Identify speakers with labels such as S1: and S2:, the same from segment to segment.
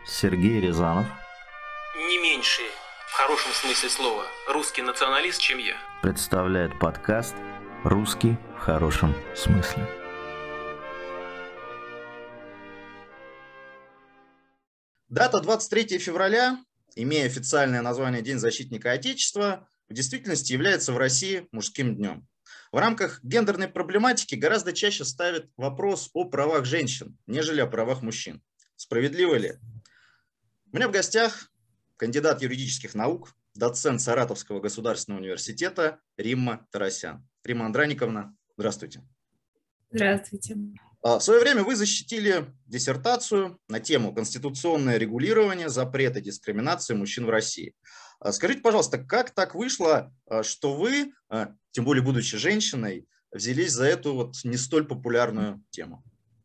S1: Сергей Рязанов
S2: не меньше, в хорошем смысле слова, русский националист, чем я.
S1: представляет подкаст «Русский в хорошем смысле».
S3: Дата 23 февраля, имея официальное название День защитника Отечества, в действительности является в России мужским днем. В рамках гендерной проблематики гораздо чаще ставят вопрос о правах женщин, нежели о правах мужчин. Справедливо ли? У меня в гостях кандидат юридических наук, доцент Саратовского государственного университета Римма Тарасян. Римма Андраниковна, здравствуйте.
S4: Здравствуйте.
S3: В свое время вы защитили диссертацию на тему «Конституционное регулирование запрета дискриминации мужчин в России». Скажите, пожалуйста, как так вышло, что вы, тем более будучи женщиной, взялись за эту вот не столь популярную тему?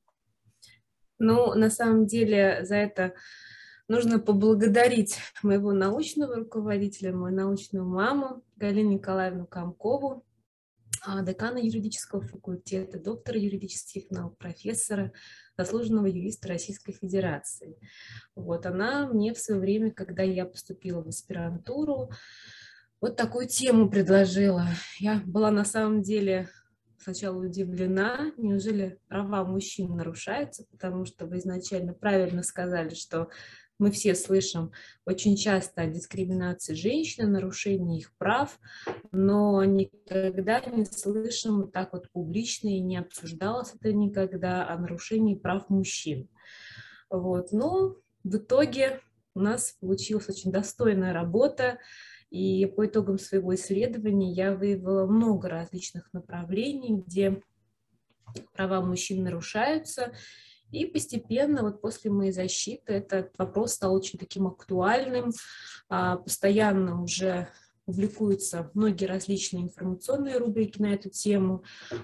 S4: Ну, на самом деле, за это нужно поблагодарить моего научного руководителя, мою научную маму Галину Николаевну Комкову, декана юридического факультета, доктора юридических наук, профессора, заслуженного юриста Российской Федерации. Вот она мне в свое время, когда я поступила в аспирантуру, вот такую тему предложила. Я была на самом деле сначала удивлена, неужели права мужчин нарушаются, потому что вы изначально правильно сказали, что мы все слышим очень часто о дискриминации женщин, о нарушении их прав, но никогда не слышим так вот публично и не обсуждалось это никогда о нарушении прав мужчин. Вот. Но в итоге у нас получилась очень достойная работа, и по итогам своего исследования я выявила много различных направлений, где права мужчин нарушаются. И постепенно, вот после моей защиты, этот вопрос стал очень таким актуальным. Постоянно уже публикуются многие различные информационные рубрики на эту тему.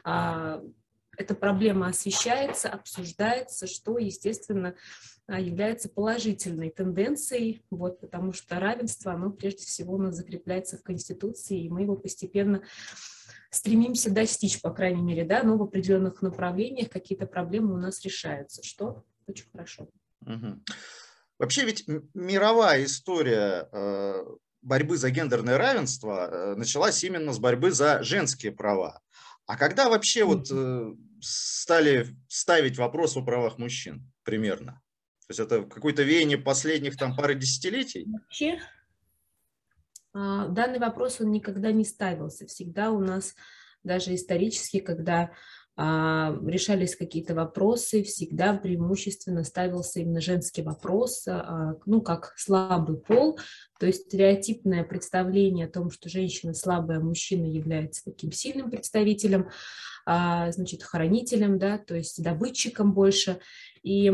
S4: Эта проблема освещается, обсуждается, что, естественно, является положительной тенденцией, вот, потому что равенство, оно прежде всего у нас закрепляется в Конституции, и мы его постепенно стремимся достичь, по крайней мере, да, но в определенных направлениях какие-то проблемы у нас решаются, что очень хорошо.
S3: Угу. Вообще ведь мировая история борьбы за гендерное равенство началась именно с борьбы за женские права. А когда вообще вот стали ставить вопрос о правах мужчин примерно? То есть это какое-то веяние последних там пары десятилетий?
S4: Вообще данный вопрос, он никогда не ставился. Всегда у нас, даже исторически, когда решались какие-то вопросы, всегда преимущественно ставился именно женский вопрос, ну, как слабый пол, то есть стереотипное представление о том, что женщина слабая, а мужчина является таким сильным представителем, значит, хранителем, да, то есть добытчиком больше. И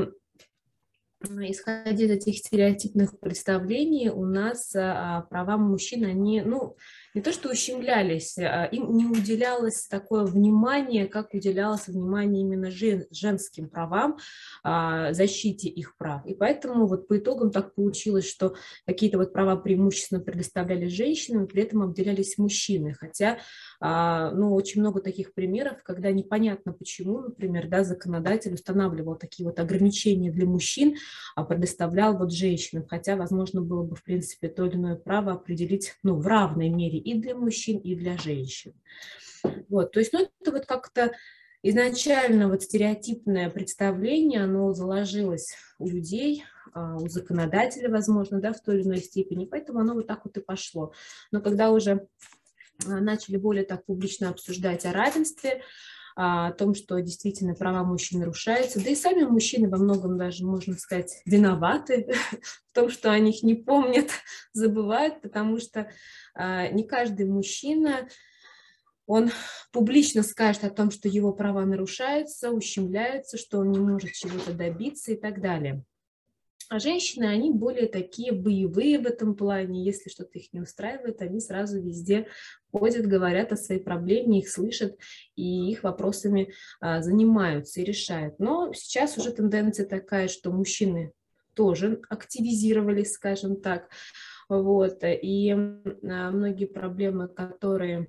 S4: исходя из этих стереотипных представлений, у нас права мужчин, они, ну, не то что ущемлялись, им не уделялось такое внимание, как уделялось внимание именно женским правам, защите их прав. И поэтому вот по итогам так получилось, что какие-то вот права преимущественно предоставлялись женщинам, при этом обделялись мужчины. Хотя, ну, очень много таких примеров, когда непонятно почему, например, да, законодатель устанавливал такие вот ограничения для мужчин, предоставлял вот женщинам, хотя, возможно, было бы, в принципе, то или иное право определить, ну, в равной мере и для мужчин, и для женщин. Вот, то есть, ну, это вот как-то изначально вот стереотипное представление, оно заложилось у людей, у законодателя, возможно, да, в той или иной степени, поэтому оно вот так вот и пошло. Но когда уже начали более так публично обсуждать о равенстве, о том, что действительно права мужчин нарушаются, да и сами мужчины во многом даже, можно сказать, виноваты в том, что они их не помнят, забывают, потому что не каждый мужчина, он публично скажет о том, что его права нарушаются, ущемляются, что он не может чего-то добиться и так далее. А женщины, они более такие боевые в этом плане. Если что-то их не устраивает, они сразу везде ходят, говорят о своей проблеме, их слышат и их вопросами занимаются и решают. Но сейчас уже тенденция такая, что мужчины тоже активизировались, скажем так. Вот. И многие проблемы, которые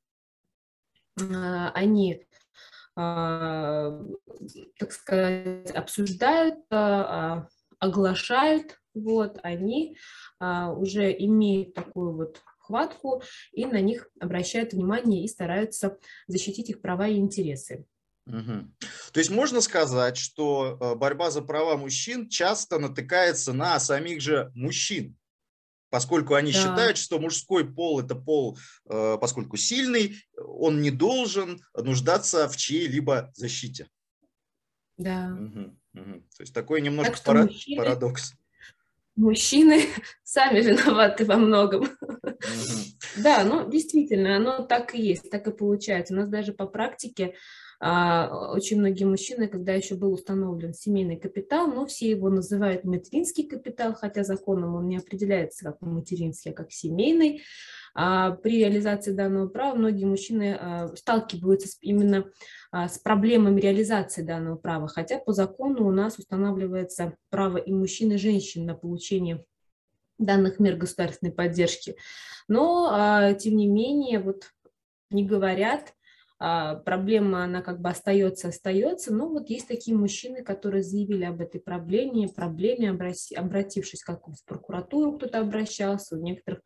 S4: они, так сказать, обсуждают, оглашают, вот, они уже имеют такую вот хватку и на них обращают внимание и стараются защитить их права и интересы.
S3: Мгм. То есть можно сказать, что борьба за права мужчин часто натыкается на самих же мужчин, поскольку они
S4: Да,
S3: считают, что мужской пол – это пол, поскольку сильный, он не должен нуждаться в чьей-либо защите.
S4: да.
S3: Мгм, мгм. То есть такой
S4: Так
S3: немножко
S4: что
S3: парадокс.
S4: мужчины сами виноваты во многом.
S3: Мгм,
S4: Да, ну действительно, оно так и есть, так и получается. У нас даже по практике очень многие мужчины, когда еще был установлен семейный капитал, но все его называют материнский капитал, хотя законом он не определяется как материнский, а как семейный. При реализации данного права многие мужчины сталкиваются именно с проблемами реализации данного права, хотя по закону у нас устанавливается право и мужчин, и женщин на получение данных мер государственной поддержки. Но, тем не менее, вот не говорят, проблема, она как бы остается. Но вот есть такие мужчины, которые заявили об этой проблеме, обратившись как в прокуратуру, кто-то обращался, у некоторых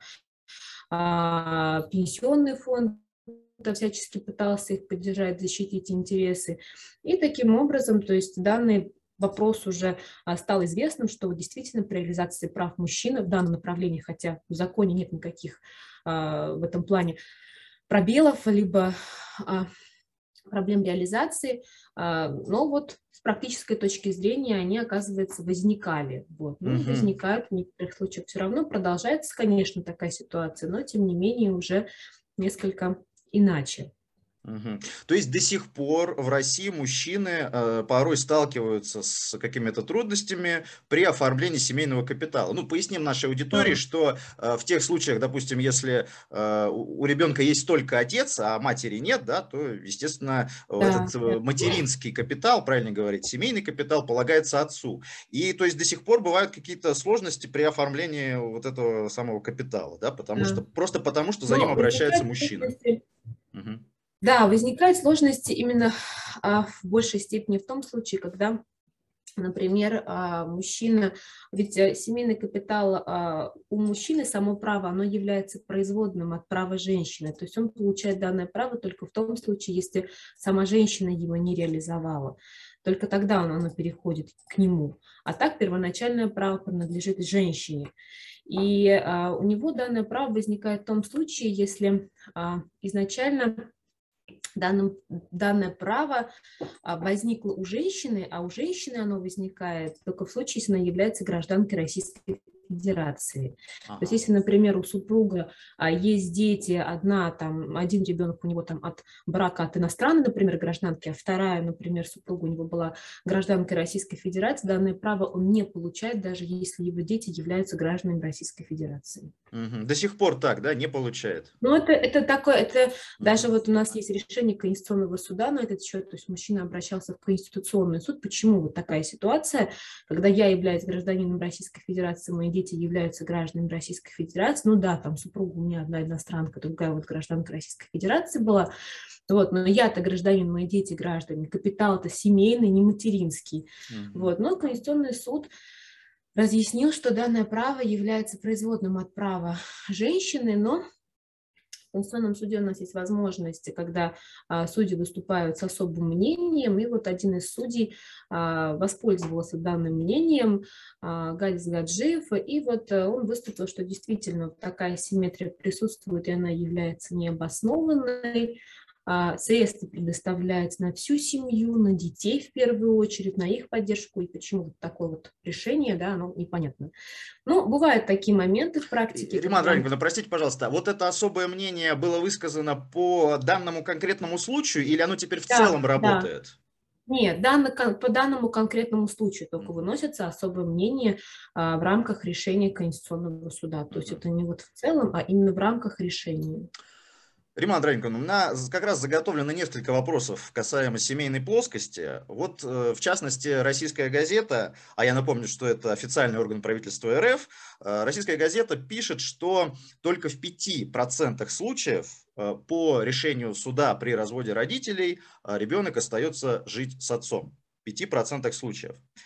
S4: пенсионный фонд всячески пытался их поддержать, защитить интересы. И таким образом, то есть данный вопрос уже стал известным, что действительно при реализации прав мужчин в данном направлении, хотя в законе нет никаких в этом плане пробелов, либо проблем реализации, но вот с практической точки зрения они, оказывается, возникали. Вот. Ну,
S3: мгм.
S4: возникают в некоторых случаях все равно, продолжается, конечно, такая ситуация, но тем не менее уже несколько иначе.
S3: Мгм. То есть до сих пор в России мужчины порой сталкиваются с какими-то трудностями при оформлении семейного капитала. Ну, поясним нашей аудитории,
S4: Да,
S3: что в тех случаях, допустим, если у ребенка есть только отец, а матери нет, да, то, естественно,
S4: да,
S3: этот
S4: да.
S3: материнский капитал, правильно говорить, семейный капитал полагается отцу. И то есть до сих пор бывают какие-то сложности при оформлении вот этого самого капитала, да,
S4: Да.
S3: просто потому, что за ним
S4: Но
S3: обращается
S4: возникают
S3: мужчина.
S4: сложности.
S3: Мгм.
S4: Да, возникают сложности именно в большей степени в том случае, когда, например, мужчина, ведь семейный капитал у мужчины, само право, оно является производным от права женщины. То есть он получает данное право только в том случае, если сама женщина его не реализовала. Только тогда оно переходит к нему. А так первоначальное право принадлежит женщине. И у него данное право возникает в том случае, если изначально данное право возникло у женщины, а у женщины оно возникает только в случае, если она является гражданкой Российской Федерации. То есть,
S3: Ага.
S4: если, например, у супруга есть дети, один ребенок у него там от брака от иностранной, например, гражданки, а вторая, например, супруга у него была гражданкой Российской Федерации, данное право он не получает, даже если его дети являются гражданами Российской Федерации.
S3: Мгм. До сих пор так, да, не получает.
S4: Ну, это такое, это даже
S3: Мгм.
S4: вот у нас есть решение Конституционного суда на этот счет, то есть мужчина обращался в Конституционный суд. Почему вот такая ситуация, когда я являюсь гражданином Российской Федерации, мои дети являются гражданами Российской Федерации, ну да, там супруга у меня одна иностранка, другая вот гражданка Российской Федерации была, вот, но я-то гражданин, мои дети граждане, капитал-то семейный, не материнский,
S3: Мгм.
S4: вот, но Конституционный суд разъяснил, что данное право является производным от права женщины, но в Конституционном суде у нас есть возможности, когда судьи выступают с особым мнением, и вот один из судей воспользовался данным мнением, Гадис Гаджиев, и вот он выступил, что действительно вот такая симметрия присутствует, и она является необоснованной. Средства предоставляются на всю семью, на детей в первую очередь, на их поддержку, и почему вот такое вот решение, да, оно непонятно. Ну, бывают такие моменты в практике,
S3: Римма
S4: когда...
S3: Андрониковна, простите, пожалуйста, вот это особое мнение было высказано по данному конкретному случаю или оно теперь в
S4: Да,
S3: целом
S4: да.
S3: работает?
S4: Нет, по данному конкретному случаю только
S3: Мгм.
S4: выносится особое мнение в рамках решения Конституционного суда. То есть
S3: Мгм.
S4: это не вот в целом, а именно в рамках решения.
S3: Римма Андрониковна, у меня как раз заготовлено несколько вопросов касаемо семейной плоскости. Вот, в частности, российская газета, а я напомню, что это официальный орган правительства РФ, российская газета пишет, что только в 5% случаев по решению суда при разводе родителей ребенок остается жить с отцом. В 5% случаев.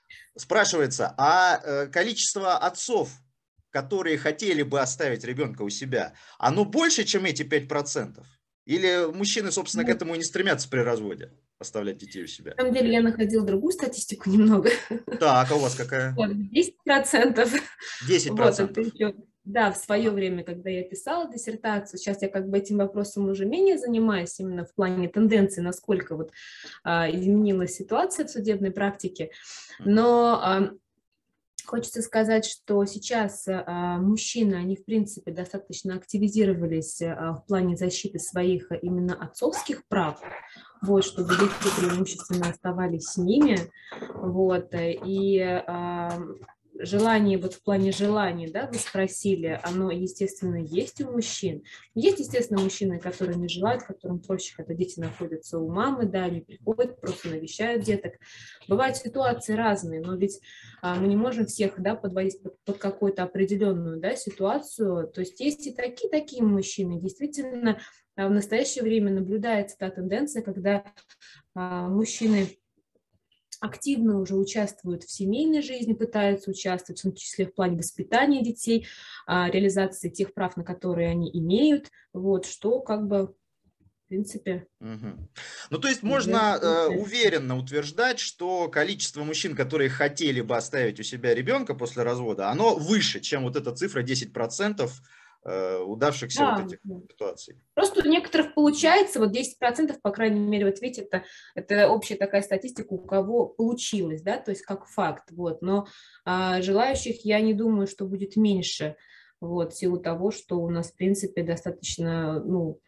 S3: Спрашивается, количество отцов, которые хотели бы оставить ребенка у себя, оно больше, чем эти 5%? Или мужчины, собственно, к
S4: Ну,
S3: этому и не стремятся при разводе оставлять детей у себя?
S4: на самом деле я находила другую статистику немного.
S3: Так, а у вас какая?
S4: Вот, 10%. Вот,
S3: 10%.
S4: это еще, да, в свое время, когда я писала диссертацию, сейчас я как бы этим вопросом уже менее занимаюсь, именно в плане тенденции, насколько вот изменилась ситуация в судебной практике. Но хочется сказать, что сейчас мужчины, они, в принципе, достаточно активизировались в плане защиты своих именно отцовских прав, вот, чтобы дети преимущественно оставались с ними, вот, и желание, вот в плане желания, да, вы спросили, оно, естественно, есть у мужчин. Есть, естественно, мужчины, которые не желают, которым проще, когда дети находятся у мамы, да, они приходят, просто навещают деток. Бывают ситуации разные, но ведь мы не можем всех, да, подводить под какую-то определенную, да, ситуацию. То есть есть и такие мужчины. Действительно, в настоящее время наблюдается та тенденция, когда мужчины активно уже участвуют в семейной жизни, пытаются участвовать, в том числе в плане воспитания детей, реализации тех прав, на которые они имеют, вот, что как бы, в принципе,
S3: Мгм. Ну, то есть
S4: уже
S3: можно
S4: получается.
S3: уверенно утверждать, что количество мужчин, которые хотели бы оставить у себя ребенка после развода, оно выше, чем вот эта цифра 10% удавшихся вот
S4: Да,
S3: этих
S4: да.
S3: ситуаций.
S4: Просто у некоторых получается, вот 10%, по крайней мере, вот видите, это общая такая статистика, у кого получилось, да, то есть как факт, вот, но желающих я не думаю, что будет меньше, вот, в силу того, что у нас, в принципе, достаточно, ну,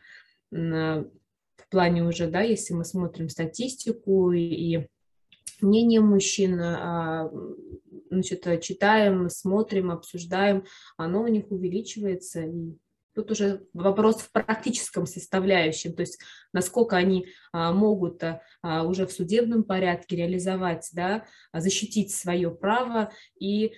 S4: в плане уже, да, если мы смотрим статистику и мнение мужчин, значит, читаем, смотрим, обсуждаем, оно у них увеличивается. И тут уже вопрос в практическом составляющем, то есть насколько они могут уже в судебном порядке реализовать, да, защитить свое право и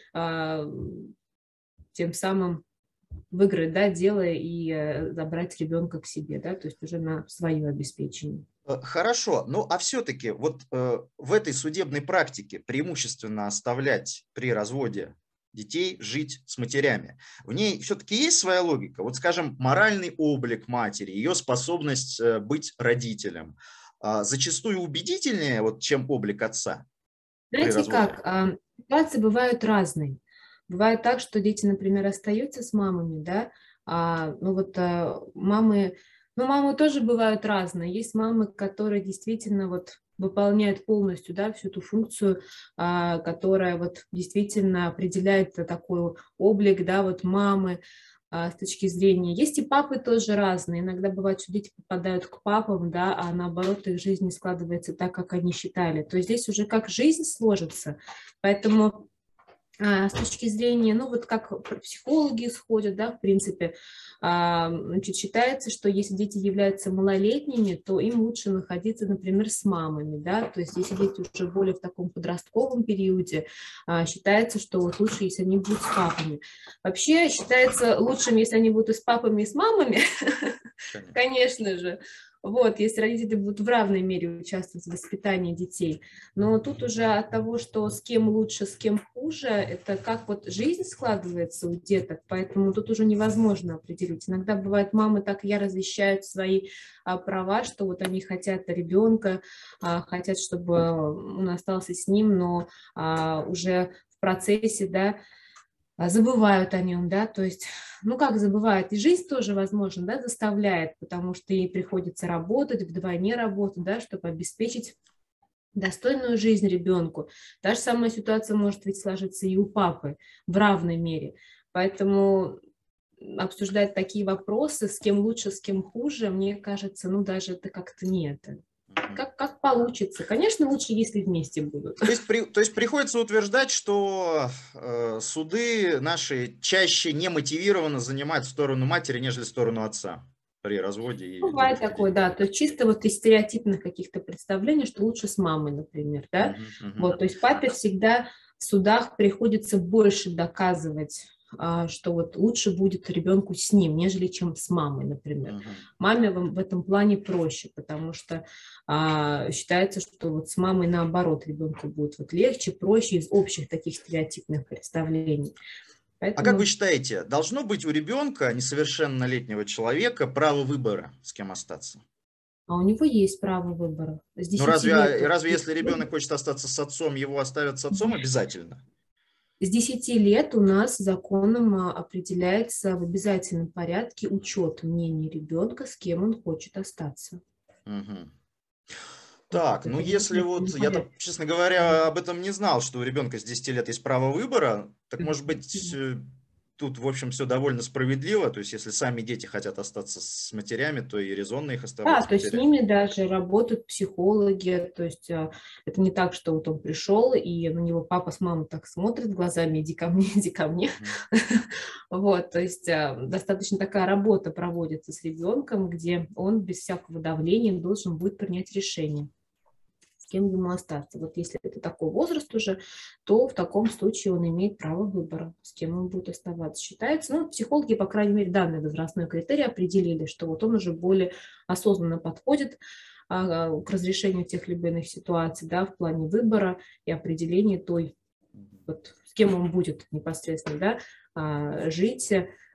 S4: тем самым выиграть, да, дело и забрать ребенка к себе, да, то есть уже на свое обеспечение.
S3: Хорошо, ну а все-таки вот в этой судебной практике преимущественно оставлять при разводе детей жить с матерями. В ней все-таки есть своя логика. Вот, скажем, моральный облик матери, ее способность быть родителем, зачастую убедительнее, вот, чем облик отца при
S4: Знаете
S3: разводе.
S4: как, ситуации бывают разные. Бывает так, что дети, например, остаются с мамами, да, ну вот мамы, ну мамы тоже бывают разные. Есть мамы, которые действительно вот выполняют полностью, да, всю ту функцию, которая вот действительно определяет такой облик, да, вот мамы с точки зрения. Есть и папы тоже разные. Иногда бывает, что дети попадают к папам, да, а наоборот их жизнь не складывается так, как они считали. То есть здесь уже как жизнь сложится. Поэтому с точки зрения, ну вот как психологи исходят, да, в принципе, значит, считается, что если дети являются малолетними, то им лучше находиться, например, с мамами, да, то есть если дети уже более в таком подростковом периоде, считается, что вот лучше, если они будут с папами. Вообще считается лучшим, если они будут и с папами, и с мамами,
S3: Конечно.
S4: конечно же. Вот, если родители будут в равной мере участвовать в воспитании детей. Но тут уже от того, что с кем лучше, с кем хуже, это как вот жизнь складывается у деток, поэтому тут уже невозможно определить. Иногда бывает, мамы так яро защищают свои права, что вот они хотят ребенка, хотят, чтобы он остался с ним, но уже в процессе, да, забывают о нем, да, то есть, ну как забывают, и жизнь тоже, возможно, да, заставляет, потому что ей приходится работать, вдвойне работать, да, чтобы обеспечить достойную жизнь ребенку. Та же самая ситуация может ведь сложиться и у папы в равной мере, поэтому обсуждать такие вопросы, с кем лучше, с кем хуже, мне кажется, ну даже это как-то не это. Как получится. Конечно, лучше, если вместе будут.
S3: То есть приходится утверждать, что суды наши чаще не мотивированно занимают сторону матери, нежели сторону отца при разводе и
S4: Бывает
S3: вывозке
S4: такое,
S3: детей.
S4: да, то есть чисто вот из стереотипных каких-то представлений, что лучше с мамой, например, да,
S3: Мгм, мгм.
S4: вот, то есть папе всегда в судах приходится больше доказывать что вот лучше будет ребенку с ним, нежели чем с мамой, например. Маме в этом плане проще, потому что считается, что вот с мамой наоборот ребенку будет вот легче, проще из общих таких стереотипных представлений.
S3: А как вы считаете, должно быть у ребенка, несовершеннолетнего человека, право выбора, с кем остаться?
S4: А у него есть право выбора.
S3: Ну разве если ребенок хочет остаться с отцом, его оставят с отцом обязательно?
S4: С 10 лет у нас законом определяется в обязательном порядке учет мнения ребенка, с кем он хочет остаться.
S3: Так, ну если вот, я, честно говоря, об этом не знал, что у ребенка с 10 лет есть право выбора, так может быть тут, в общем, все довольно справедливо, то есть если сами дети хотят остаться с матерями, то и резонно их оставлять с
S4: то есть с ними даже работают психологи, то есть это не так, что вот он пришел, и на него папа с мамой так смотрят глазами, иди ко мне, иди ко мне. Вот, то есть достаточно такая работа проводится с ребенком, где он без всякого давления должен будет принять решение, с кем ему остаться. Вот если это такой возраст уже, то в таком случае он имеет право выбора, с кем он будет оставаться. Считается, ну, психологи, по крайней мере, данный возрастной критерий определили, что вот он уже более осознанно подходит к разрешению тех или иных ситуаций, да, в плане выбора и определения той, вот, с кем он будет непосредственно, да, жить,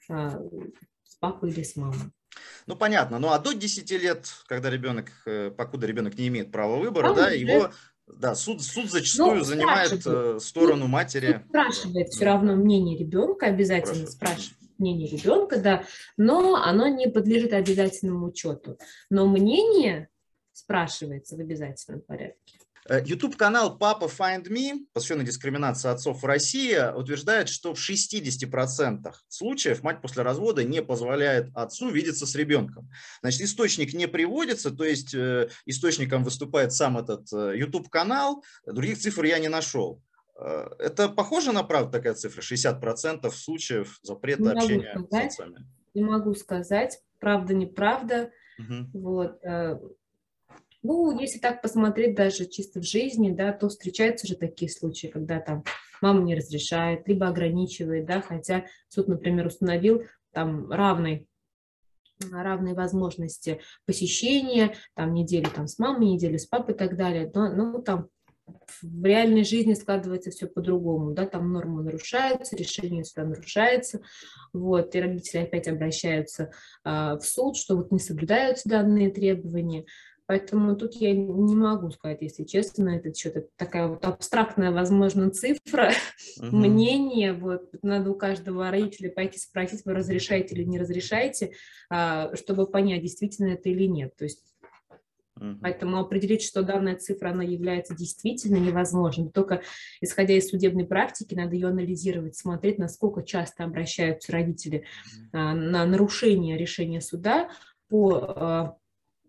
S4: с папой или с мамой.
S3: Ну, понятно. Ну, а до 10 лет, когда ребенок, покуда ребенок не имеет права выбора, да, его, да, суд зачастую занимает сторону матери.
S4: Суд спрашивает все равно мнение ребенка, обязательно спрашивает мнение ребенка, да, но оно не подлежит обязательному учету. Но мнение спрашивается в обязательном порядке.
S3: YouTube-канал Papa Find Me, посвященный дискриминации отцов в России, утверждает, что в 60% случаев мать после развода не позволяет отцу видеться с ребенком. Значит, источник не приводится, то есть источником выступает сам этот YouTube-канал, других цифр я не нашел. Это похоже на правду такая цифра? 60% случаев запрета общения с отцами?
S4: Не могу сказать, правда, неправда. Вот. Ну, если так посмотреть даже чисто в жизни, да, то встречаются же такие случаи, когда там мама не разрешает, либо ограничивает, да, хотя суд, например, установил там равные возможности посещения, там недели там с мамой, недели с папой и так далее, но там в реальной жизни складывается все по-другому, да, там нормы нарушаются, решение суда нарушается, вот, и родители опять обращаются в суд, что вот не соблюдаются данные требования. Поэтому тут я не могу сказать, если честно, это что-то такая вот абстрактная, возможно, цифра, мнение. Вот, надо у каждого родителя пойти спросить, вы разрешаете или не разрешаете, чтобы понять, действительно это или нет. То есть, поэтому определить, что данная цифра, она является действительно невозможно. Только исходя из судебной практики, надо ее анализировать, смотреть, насколько часто обращаются родители на нарушение решения суда по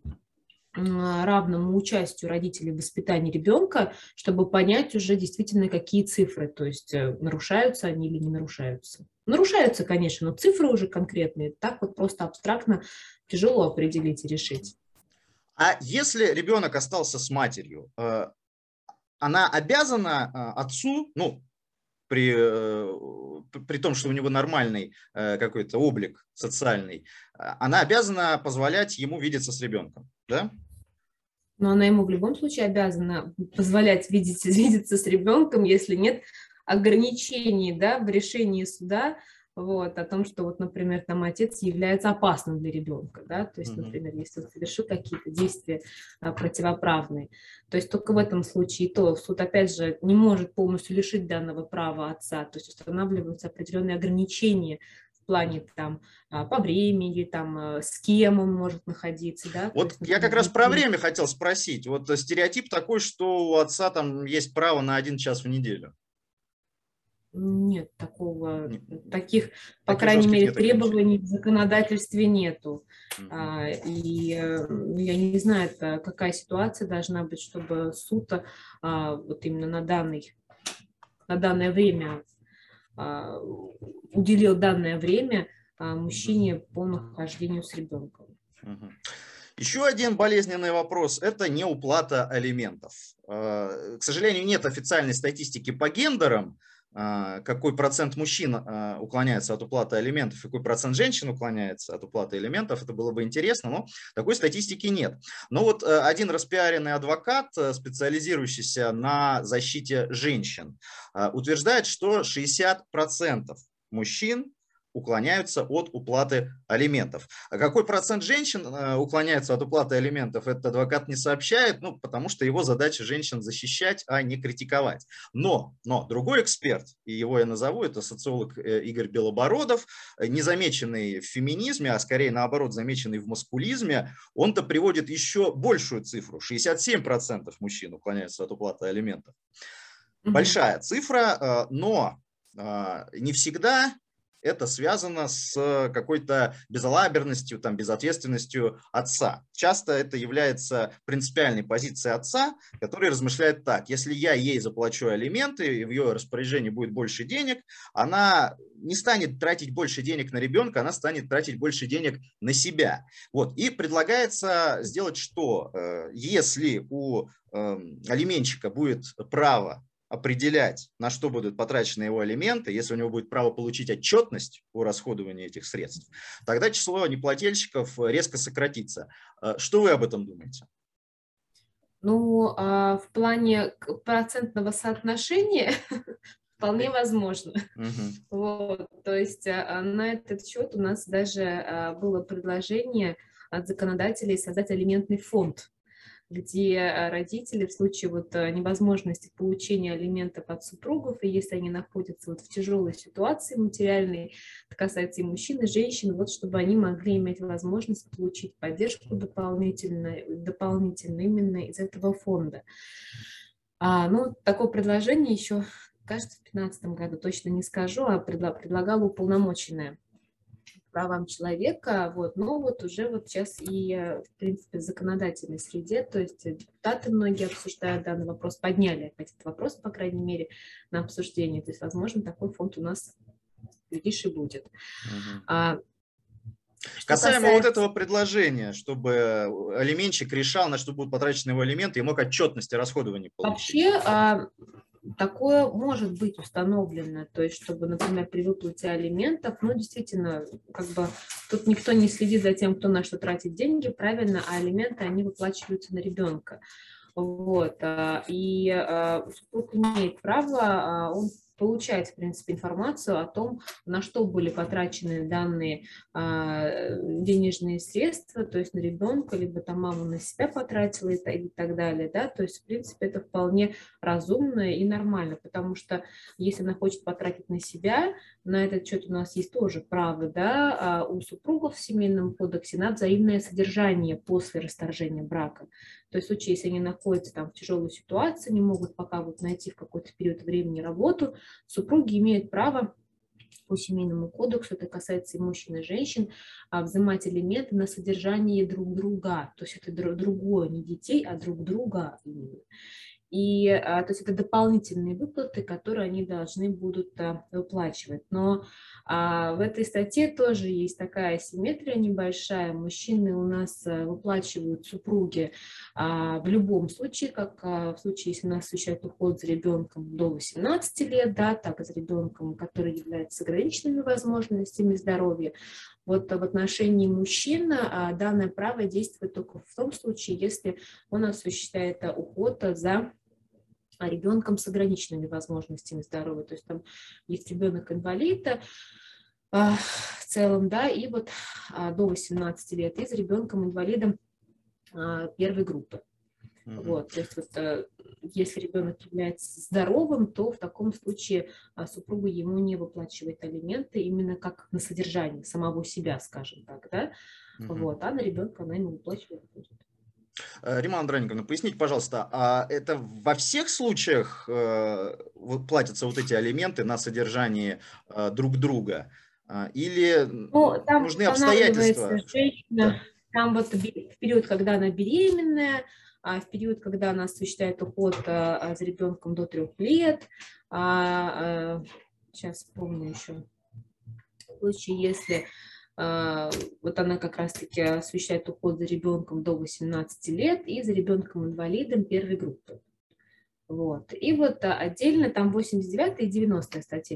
S4: равному участию родителей в воспитании ребенка, чтобы понять уже действительно, какие цифры, то есть нарушаются они или не нарушаются. Нарушаются, конечно, но цифры уже конкретные, так вот просто абстрактно тяжело определить и решить.
S3: А если ребенок остался с матерью, она обязана отцу, ну, при том, что у него нормальный какой-то облик социальный, она обязана позволять ему видеться с ребенком, да?
S4: Но она ему в любом случае обязана позволять видеться с ребенком, если нет ограничений, да, в решении суда, вот, о том, что, вот, например, там отец является опасным для ребенка, да, то есть, например, если он совершил какие-то действия противоправные, то есть только в этом случае то суд, опять же, не может полностью лишить данного права отца, то есть устанавливаются определенные ограничения в плане там по времени, там с кем он может находиться, да.
S3: Вот есть, я как раз про время хотел спросить, вот стереотип такой, что у отца там есть право на 1 час в неделю.
S4: Нет, таких, по крайней мере, требований в законодательстве нету. И я не знаю, какая ситуация должна быть, чтобы суд вот именно на данное время уделил данное время мужчине по нахождению с ребенком.
S3: Еще один болезненный вопрос – это неуплата алиментов. К сожалению, нет официальной статистики по гендерам, какой процент мужчин уклоняется от уплаты алиментов, и какой процент женщин уклоняется от уплаты алиментов, это было бы интересно, но такой статистики нет. Но вот один распиаренный адвокат, специализирующийся на защите женщин, утверждает, что 60% мужчин уклоняются от уплаты алиментов. А какой процент женщин уклоняется от уплаты алиментов, этот адвокат не сообщает, ну, потому что его задача женщин защищать, а не критиковать. Но другой эксперт, и его я назову, это социолог Игорь Белобородов, не замеченный в феминизме, а скорее наоборот замеченный в маскулизме, он-то приводит еще большую цифру. 67% мужчин уклоняются от уплаты алиментов. Большая цифра, но не всегда это связано с какой-то безалаберностью, там, безответственностью отца. Часто это является принципиальной позицией отца, который размышляет так: если я ей заплачу алименты, и в ее распоряжении будет больше денег, она не станет тратить больше денег на ребенка, она станет тратить больше денег на себя. Вот. И предлагается сделать что? Если у алименщика будет право определять, на что будут потрачены его алименты, если у него будет право получить отчетность о расходовании этих средств, тогда число неплательщиков резко сократится. Что вы об этом думаете?
S4: Ну, в плане процентного соотношения вполне возможно. Вот, то есть на этот счет у нас даже было предложение от законодателей создать алиментный фонд, где родители в случае вот невозможности получения алиментов от супругов, и если они находятся вот в тяжелой ситуации материальной, это касается и мужчин, и женщин, вот чтобы они могли иметь возможность получить поддержку дополнительно именно из этого фонда. Ну, такое предложение еще, кажется, в 2015 году, точно не скажу, а предлагала уполномоченная правам человека, вот, но вот уже вот сейчас и, в принципе, в законодательной среде, то есть депутаты многие обсуждают данный вопрос, подняли опять этот вопрос, по крайней мере, на обсуждение, то есть, возможно, такой фонд у нас, видишь, и будет.
S3: Касаемо вот этого предложения, чтобы алименщик решал, на что будут потрачены его алименты, и мог отчетность о расходовании получить.
S4: Вообще, такое может быть установлено, то есть, чтобы, например, при выплате алиментов, ну, действительно, как бы тут никто не следит за тем, кто на что тратит деньги, правильно, а алименты, они выплачиваются на ребенка. Вот, и супруг имеет право, он получает, в принципе, информацию о том, на что были потрачены данные денежные средства, то есть на ребенка, либо там мама на себя потратила и так далее, да, то есть, в принципе, это вполне разумно и нормально, потому что если она хочет потратить на себя, на этот счет у нас есть тоже право, да, у супругов в Семейном кодексе на взаимное содержание после расторжения брака. То есть в случае, если они находятся там в тяжелой ситуации, не могут пока вот найти в какой-то период времени работу, супруги имеют право по Семейному кодексу, это касается и мужчин, и женщин, взимать алименты на содержание друг друга. То есть это другое, не детей, а друг друга именно. И то есть это дополнительные выплаты, которые они должны будут выплачивать. Но в этой статье тоже есть такая асимметрия небольшая. Мужчины у нас выплачивают супруги в любом случае, как в случае, если у нас осуществляет уход за ребенком до 18 лет, да, так и за ребенком, который является с ограниченными возможностями здоровья. Вот в отношении мужчин данное право действует только в том случае, если он осуществляет уход за ребенком с ограниченными возможностями здоровья. То есть там есть ребенок-инвалид в целом, да, и вот до 18 лет и с ребенком-инвалидом первой группы. Вот, то есть вот, если ребенок является здоровым, то в таком случае супруга ему не выплачивает алименты именно как на содержание самого себя, скажем так, да, вот, а на ребенка она ему выплачивает будет.
S3: Римма Андрониковна, поясните, пожалуйста, а это во всех случаях платятся вот эти алименты на содержание друг друга? Или
S4: там
S3: нужны обстоятельства?
S4: Женщина, там вот в период, когда она беременная, в период, когда она осуществляет уход за ребенком до 3 лет, сейчас вспомню еще, в случае, если вот она как раз-таки осуществляет уход за ребенком до 18 лет и за ребенком-инвалидом первой группы. Вот. И вот отдельно там 89 и 90 статья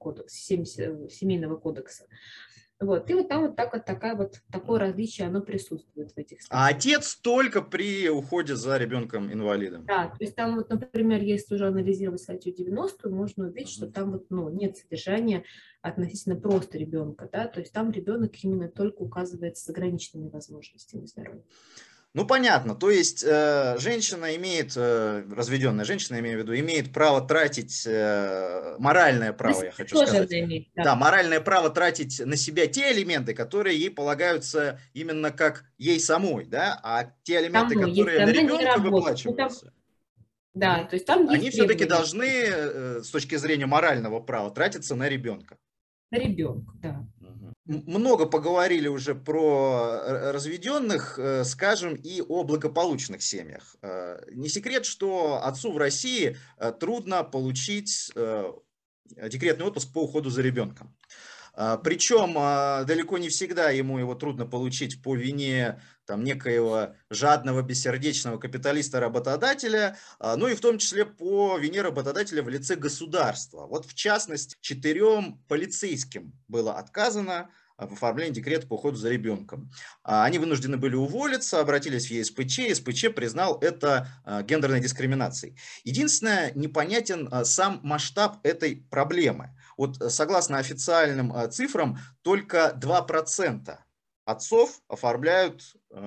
S4: 70 Семейного кодекса. Вот. И вот там вот так вот такое различие, оно присутствует в этих
S3: А
S4: статьях.
S3: отец только при уходе за ребенком-инвалидом.
S4: Да, то есть там вот, например, если уже анализировать статью 90, можно увидеть, что там вот, ну, нет содержания относительно просто ребенка, да, то есть там ребенок именно только указывается с ограниченными возможностями здоровья.
S3: Ну, понятно. То есть женщина имеет, разведенная женщина, имею в виду, имеет право тратить, моральное право, я хочу
S4: Тоже
S3: сказать.
S4: она имеет,
S3: Да, моральное право тратить на себя те элементы, которые ей полагаются именно как ей самой, да, а те элементы,
S4: Тому, если
S3: которые на
S4: она не
S3: ребенка
S4: работает. Ну, там,
S3: выплачиваются,
S4: да, то есть там
S3: они
S4: есть
S3: все-таки
S4: требования
S3: должны, с точки зрения морального права, тратиться на ребенка.
S4: на ребенка, да.
S3: Много поговорили уже про разведенных, скажем, и о благополучных семьях. Не секрет, что отцу в России трудно получить декретный отпуск по уходу за ребенком. Причем далеко не всегда ему его трудно получить по вине там, некоего жадного, бессердечного капиталиста-работодателя, ну и в том числе по вине работодателя в лице государства. Вот в частности, 4 полицейским было отказано в оформлении декрета по уходу за ребенком. Они вынуждены были уволиться, обратились в ЕСПЧ, СПЧ признал это гендерной дискриминацией. Единственное, непонятен сам масштаб этой проблемы. Вот согласно официальным цифрам, только 2% отцов оформляют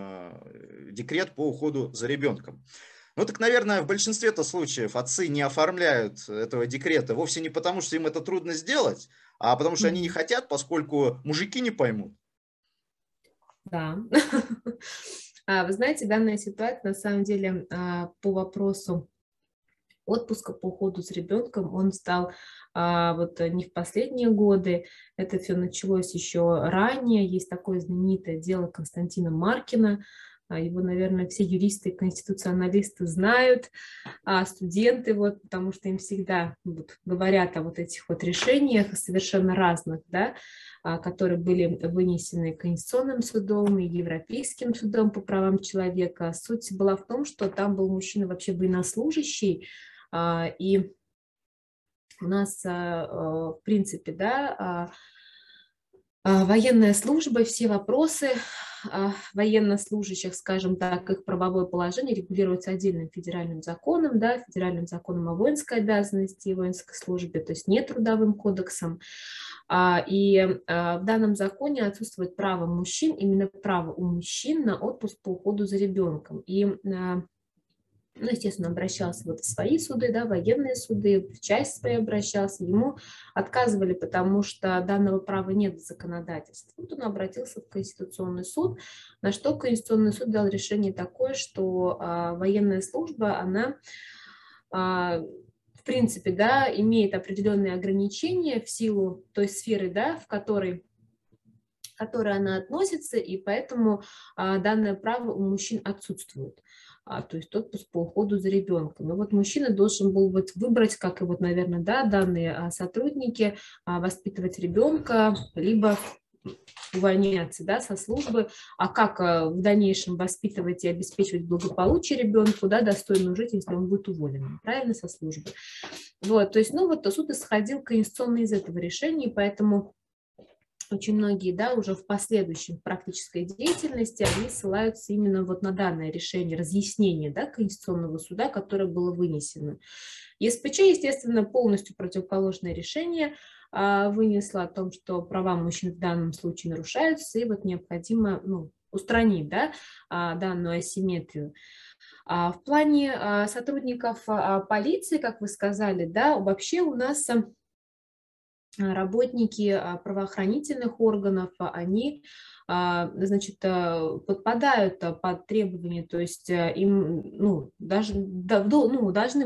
S3: декрет по уходу за ребенком. Ну так, наверное, в большинстве-то случаев отцы не оформляют этого декрета вовсе не потому, что им это трудно сделать, а потому что они не хотят, поскольку мужики не поймут.
S4: Да. Вы знаете, данная ситуация на самом деле по вопросу отпуска по уходу за ребенком, он стал вот не в последние годы, это все началось еще ранее. Есть такое знаменитое дело Константина Маркина, его, наверное, все юристы и конституционалисты знают, студенты, вот, потому что им всегда вот, говорят о вот этих вот решениях совершенно разных, да, которые были вынесены Конституционным судом и Европейским судом по правам человека. Суть была в том, что там был мужчина вообще военнослужащий, и у нас, в принципе, да, военная служба, все вопросы военнослужащих, скажем так, их правовое положение регулируется отдельным федеральным законом, да, федеральным законом о воинской обязанности и воинской службе, то есть не трудовым кодексом. И в данном законе отсутствует право мужчин, именно право у мужчин на отпуск по уходу за ребенком. И ну, естественно, обращался вот в свои суды, да, военные суды, в часть свою обращался, ему отказывали, потому что данного права нет в законодательстве. Вот он обратился в Конституционный суд, на что Конституционный суд дал решение такое, что военная служба, она, в принципе, да, имеет определенные ограничения в силу той сферы, да, в которой она относится, и поэтому данное право у мужчин отсутствует. То есть отпуск по уходу за ребенком. И вот мужчина должен был вот выбрать, как и вот, наверное, да, данные сотрудники, воспитывать ребенка, либо увольняться, да, со службы, а как в дальнейшем воспитывать и обеспечивать благополучие ребенку, да, достойную жизнь, если он будет уволен, правильно, со службы. Вот, то есть, ну вот суд исходил конституционно из этого решения, поэтому очень многие, да, уже в последующем практической деятельности, они ссылаются именно вот на данное решение, разъяснение, да, Конституционного суда, которое было вынесено. ЕСПЧ, естественно, полностью противоположное решение вынесла о том, что права мужчин в данном случае нарушаются, и вот необходимо, ну, устранить, да, данную асимметрию. В плане сотрудников полиции, как вы сказали, да, вообще у нас работники правоохранительных органов, они, значит, подпадают под требования, то есть им, ну, даже, ну, должно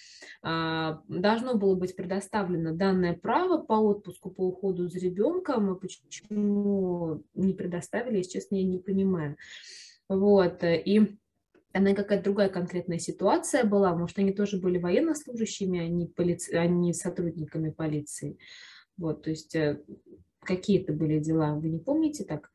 S4: было быть предоставлено данное право по отпуску по уходу за ребенком, почему не предоставили, если честно, я не понимаю. Вот, и там какая-то другая конкретная ситуация была, может, они тоже были военнослужащими, а не сотрудниками полиции. Вот, то есть какие это были дела, вы не помните так?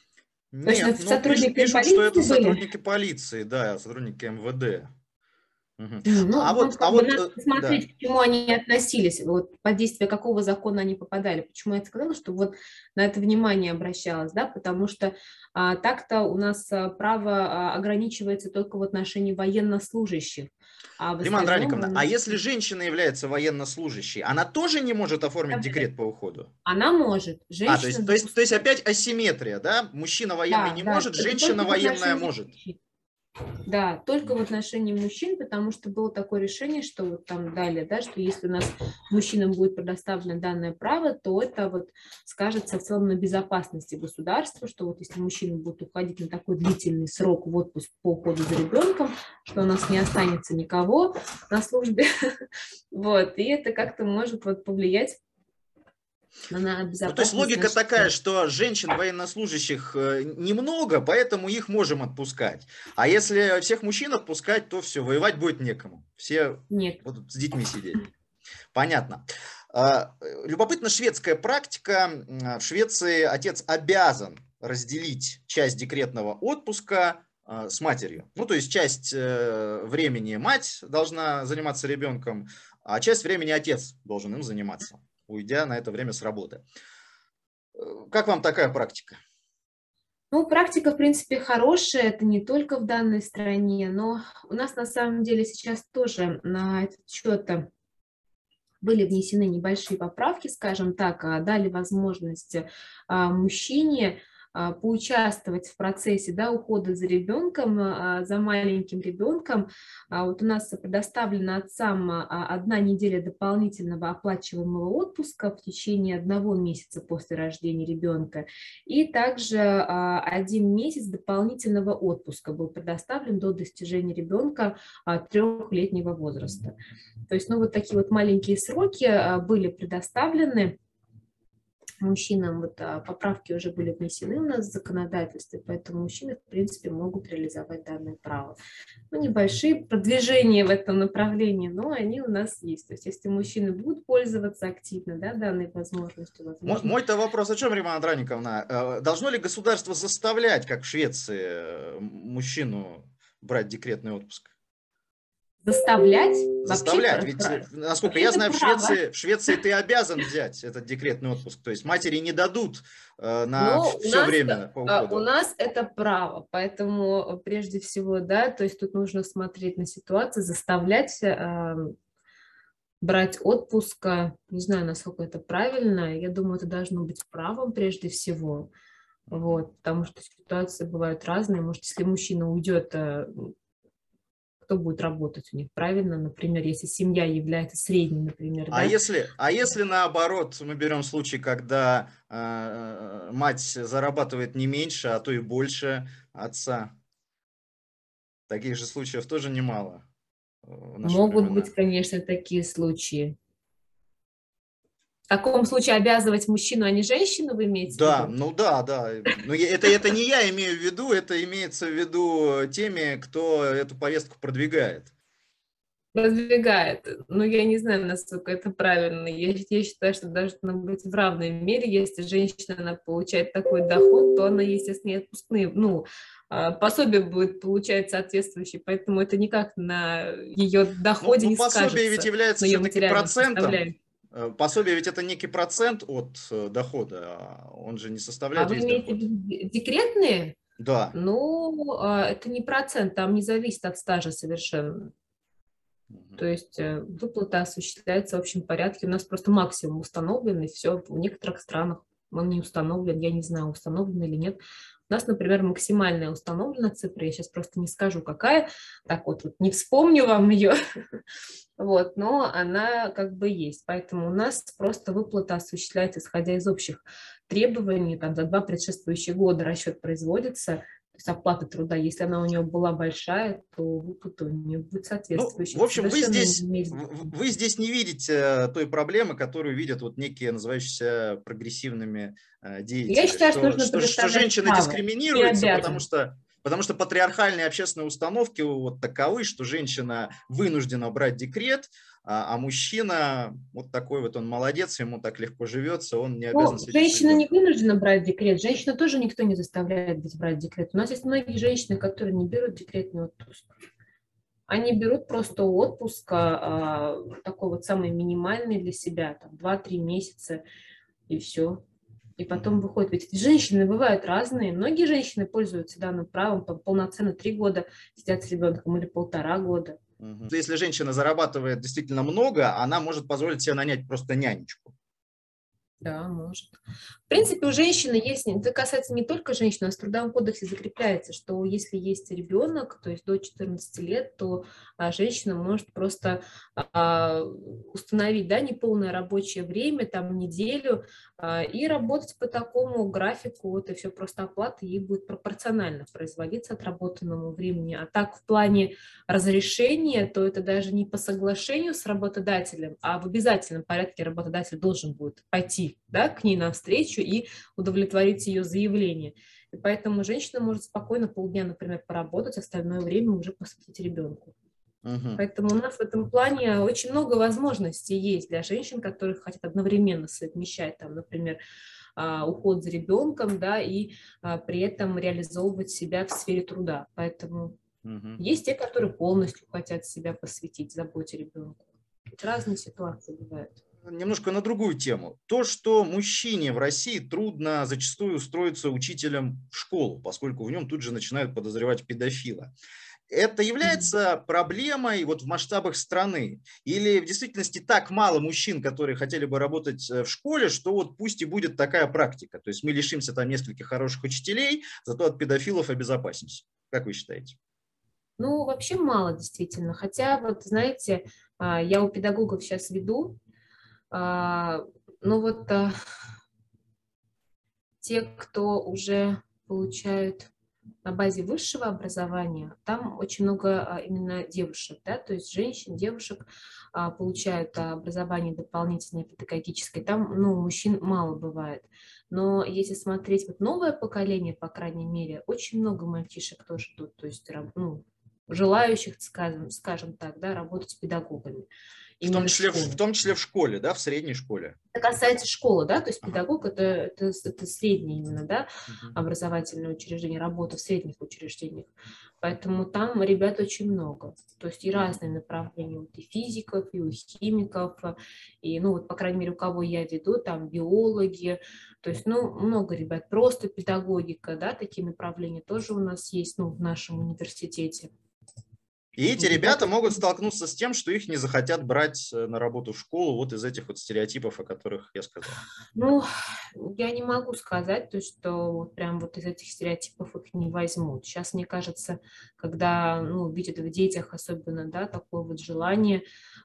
S3: Нет,
S4: точно,
S3: ну, пишут, что это
S4: были?
S3: сотрудники полиции, да, сотрудники МВД. Мгм.
S4: Ну,
S3: А
S4: нам
S3: вот,
S4: как бы надо
S3: да.
S4: посмотреть, к чему они относились, вот под действие какого закона они попадали. Почему я это сказала, что вот на это внимание обращалась, да, потому что так-то у нас право ограничивается только в отношении военнослужащих, а в
S3: Римма
S4: остальном
S3: Андраниковна,
S4: у
S3: а
S4: нас
S3: если женщина является военнослужащей, она тоже не может оформить декрет по уходу?
S4: она может,
S3: А, то
S4: женщина
S3: есть, то есть, то есть
S4: допускает,
S3: опять асимметрия, да? Мужчина военный
S4: да,
S3: не
S4: да,
S3: может,
S4: это
S3: женщина
S4: только в
S3: военная
S4: отношении
S3: может.
S4: мужчин. Да, только в отношении мужчин, потому что было такое решение, что вот там далее, да, что если у нас мужчинам будет предоставлено данное право, то это вот скажется в целом на безопасности государства, что вот если мужчины будут уходить на такой длительный срок в отпуск по уходу за ребенком, что у нас не останется никого на службе, вот, и это как-то может вот повлиять на
S3: Ну, то есть
S4: безопасность
S3: логика
S4: нашей
S3: такая,
S4: страны.
S3: что женщин военнослужащих немного, поэтому их можем отпускать. А если всех мужчин отпускать, то все, воевать будет некому. Все
S4: Нет.
S3: будут с детьми сидеть. Понятно. Любопытна шведская практика. В Швеции отец обязан разделить часть декретного отпуска с матерью. Ну, то есть часть времени мать должна заниматься ребенком, а часть времени отец должен им заниматься, уйдя на это время с работы. Как вам такая практика?
S4: Ну, практика, в принципе, хорошая, это не только в данной стране, но у нас на самом деле сейчас тоже на этот счет были внесены небольшие поправки, скажем так, дали возможность мужчине поучаствовать в процессе, да, ухода за ребенком, за маленьким ребенком. Вот у нас предоставлена отцам 1 неделя дополнительного оплачиваемого отпуска в течение 1 месяца после рождения ребенка. И также 1 месяц дополнительного отпуска был предоставлен до достижения ребенка 3-летнего возраста. То есть, ну, вот такие вот маленькие сроки были предоставлены мужчинам, вот поправки уже были внесены у нас в законодательстве, поэтому мужчины, в принципе, могут реализовать данное право. Ну, небольшие продвижения в этом направлении, но они у нас есть. То есть, если мужчины будут пользоваться активно, да, данной возможностью, возможно.
S3: Мой-то вопрос о чем, Римма Андраниковна? Должно ли государство заставлять, как в Швеции, мужчину брать декретный отпуск?
S4: Заставлять?
S3: Заставлять. Ведь, насколько
S4: Вообще
S3: я
S4: это
S3: знаю,
S4: право.
S3: В Швеции ты обязан взять этот декретный отпуск. То есть матери не дадут на
S4: Но
S3: все время по
S4: у
S3: уходу.
S4: нас это право, поэтому прежде всего, да, то есть тут нужно смотреть на ситуацию, заставлять брать отпуск, не знаю, насколько это правильно, я думаю, это должно быть правом прежде всего, вот, потому что ситуации бывают разные, может, если мужчина уйдет, кто будет работать у них, правильно, например, если семья является средней, например,
S3: А
S4: да.
S3: если наоборот, мы берем случай, когда мать зарабатывает не меньше, а то и больше отца. Таких же случаев тоже немало в наши
S4: Могут
S3: времена.
S4: быть, конечно, такие случаи. В таком случае обязывать мужчину, а не женщину, вы имеете в
S3: Да,
S4: виду?
S3: ну да, да. Но это не я имею в виду, это имеется в виду теми, кто эту повестку продвигает.
S4: Продвигает. Но я не знаю, насколько это правильно. Я считаю, что должно быть в равной мере. Если женщина она получает такой доход, то она, естественно, и отпускные, ну, пособие будет получать соответствующее, поэтому это никак на ее доходе
S3: Ну,
S4: не
S3: пособие ведь
S4: скажется,
S3: является
S4: на ее
S3: все-таки
S4: материальном
S3: процентом.
S4: составляющем.
S3: Пособие ведь это некий процент от дохода, а он же не
S4: А
S3: составляет
S4: вы
S3: весь
S4: имеете в
S3: доход.
S4: виду декретные?
S3: Да.
S4: Ну, это не процент, там не зависит от стажа совершенно. То есть выплата осуществляется в общем порядке. У нас просто максимум установлен, и все. В некоторых странах он не установлен. Я не знаю, установлен или нет. У нас, например, максимальная установлена цифра. Я сейчас просто не скажу, какая. Так вот не вспомню вам ее. Вот, но она как бы есть. Поэтому у нас просто выплата осуществляется, исходя из общих требований. Там за 2 предшествующих года расчет производится. То есть оплата труда, если она у него была большая, то выплата у нее будет
S3: Ну,
S4: соответствующая.
S3: в общем,
S4: Совершенно не имеет
S3: вы здесь не видите той проблемы, которую видят вот некие, называющиеся прогрессивными
S4: Я
S3: деятели,
S4: считаю, что нужно
S3: что
S4: предоставлять
S3: женщина
S4: право, не
S3: дискриминируется,
S4: обязан.
S3: потому что патриархальные общественные установки вот таковы, что женщина вынуждена брать декрет, а мужчина вот такой вот, он молодец, ему так легко живется, он не обязан
S4: Ну,
S3: следить за
S4: женщина не
S3: ребенком.
S4: вынуждена брать декрет. Женщину тоже никто не заставляет брать декрет. У нас есть многие женщины, которые не берут декретный отпуск. Они берут просто отпуск, такой вот самый минимальный для себя, там 2-3 месяца, и все. И потом выходят. Ведь женщины бывают разные. Многие женщины пользуются данным правом, полноценно 3 года сидят с ребенком или 1,5 года.
S3: Если женщина зарабатывает действительно много, она может позволить себе нанять просто нянечку.
S4: Да, может. В принципе, у женщины есть, это касается не только женщин, а в Трудовом кодексе закрепляется, что если есть ребенок, то есть до 14 лет, то женщина может просто установить, да, неполное рабочее время, там, неделю, и работать по такому графику, вот, и все, просто оплата ей будет пропорционально производиться отработанному времени. А так, в плане разрешения, то это даже не по соглашению с работодателем, а в обязательном порядке работодатель должен будет пойти, да, к ней навстречу и удовлетворить ее заявление. И поэтому женщина может спокойно полдня, например, поработать, остальное время уже посвятить ребенку. Поэтому у нас в этом плане очень много возможностей есть для женщин, которые хотят одновременно совмещать, там, например, уход за ребенком, да, и при этом реализовывать себя в сфере труда. Поэтому есть те, которые полностью хотят себя посвятить заботе ребенка. Разные ситуации бывают.
S3: Немножко на другую тему. То, что мужчине в России трудно зачастую устроиться учителем в школу, поскольку в нем тут же начинают подозревать педофила. Это является проблемой вот в масштабах страны? Или в действительности так мало мужчин, которые хотели бы работать в школе, что вот пусть и будет такая практика? То есть мы лишимся там нескольких хороших учителей, зато от педофилов обезопасимся. Как вы считаете?
S4: Ну, вообще мало, действительно. Хотя, вот, знаете, я у педагогов сейчас веду, ну вот те, кто уже получают на базе высшего образования, там очень много именно девушек, да, то есть женщин, девушек получают образование дополнительное педагогическое, там, ну, мужчин мало бывает. Но если смотреть вот новое поколение, по крайней мере, очень много мальчишек тоже тут, то есть, ну, желающих, скажем так, да, работать педагогами.
S3: В том
S4: Именно
S3: числе,
S4: школы.
S3: в том числе в школе, да, в средней школе.
S4: Это касается школы, да, то есть педагог это среднее именно, да,
S3: Мгм.
S4: образовательное учреждение, работа в средних учреждениях. Поэтому там ребят очень много. То есть и разные направления, вот и физиков, и у химиков, и, ну, вот, по крайней мере, у кого я веду, там биологи, то есть, ну, много ребят, просто педагогика, да, такие направления тоже у нас есть, ну, в нашем университете.
S3: И эти
S4: Ребята-
S3: ребята могут столкнуться с тем, что их не захотят брать на работу в школу вот из этих вот стереотипов, о которых я сказал.
S4: Ну, я не могу сказать, то, что вот прям вот из этих стереотипов их не возьмут. Сейчас, мне кажется, когда, ну, видят в детях особенно, да, такое вот желание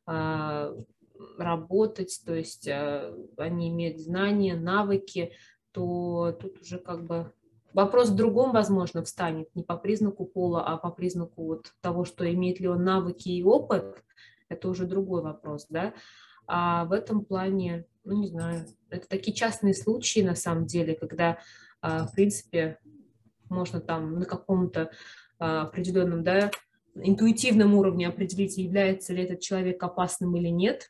S4: работать, то есть они имеют знания, навыки, то тут уже как бы вопрос в другом, возможно, встанет, не по признаку пола, а по признаку вот того, что имеет ли он навыки и опыт, это уже другой вопрос, да. А в этом плане, ну, не знаю, это такие частные случаи, на самом деле, когда, в принципе, можно там на каком-то определенном, да, интуитивном уровне определить, является ли этот человек опасным или нет,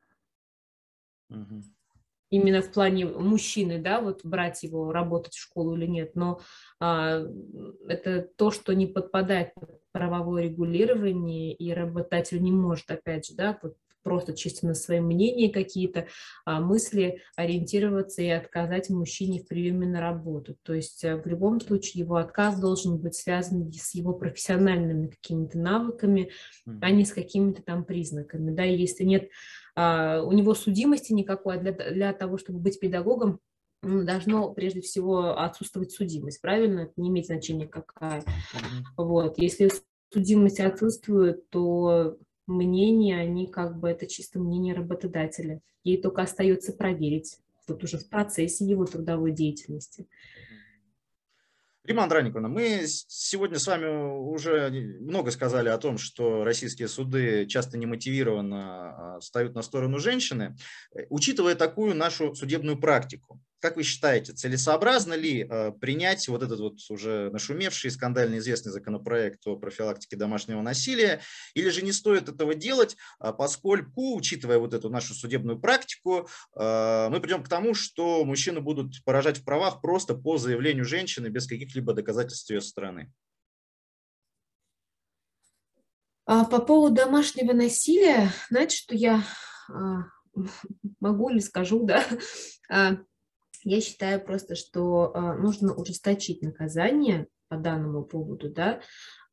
S3: Мгм.
S4: именно в плане мужчины, да, вот брать его работать в школу или нет, но это то, что не подпадает под правовое регулирование, и работодатель не может, опять же, да, вот просто чисто на свои мнения какие-то мысли ориентироваться и отказать мужчине в приеме на работу. То есть в любом случае его отказ должен быть связан с его профессиональными какими-то навыками, а не с какими-то там признаками. Да, и если нет у него судимости никакой, для того, чтобы быть педагогом, должно прежде всего отсутствовать судимость, правильно? Это не имеет значения какая. Вот. Если судимость отсутствует, то мнения, они как бы это чисто мнение работодателя. Ей только остается проверить, вот уже в процессе его трудовой деятельности.
S3: Римма Андраниковна, мы сегодня с вами уже много сказали о том, что российские суды часто немотивированно встают на сторону женщины. Учитывая такую нашу судебную практику, как вы считаете, целесообразно ли принять вот этот вот уже нашумевший, скандально известный законопроект о профилактике домашнего насилия, или же не стоит этого делать, поскольку, учитывая вот эту нашу судебную практику, мы придем к тому, что мужчины будут поражать в правах просто по заявлению женщины без каких-либо доказательств ее стороны?
S4: По поводу домашнего насилия, знаете, что я а, могу или скажу, да? А, Я считаю просто, что нужно ужесточить наказание по данному поводу, да,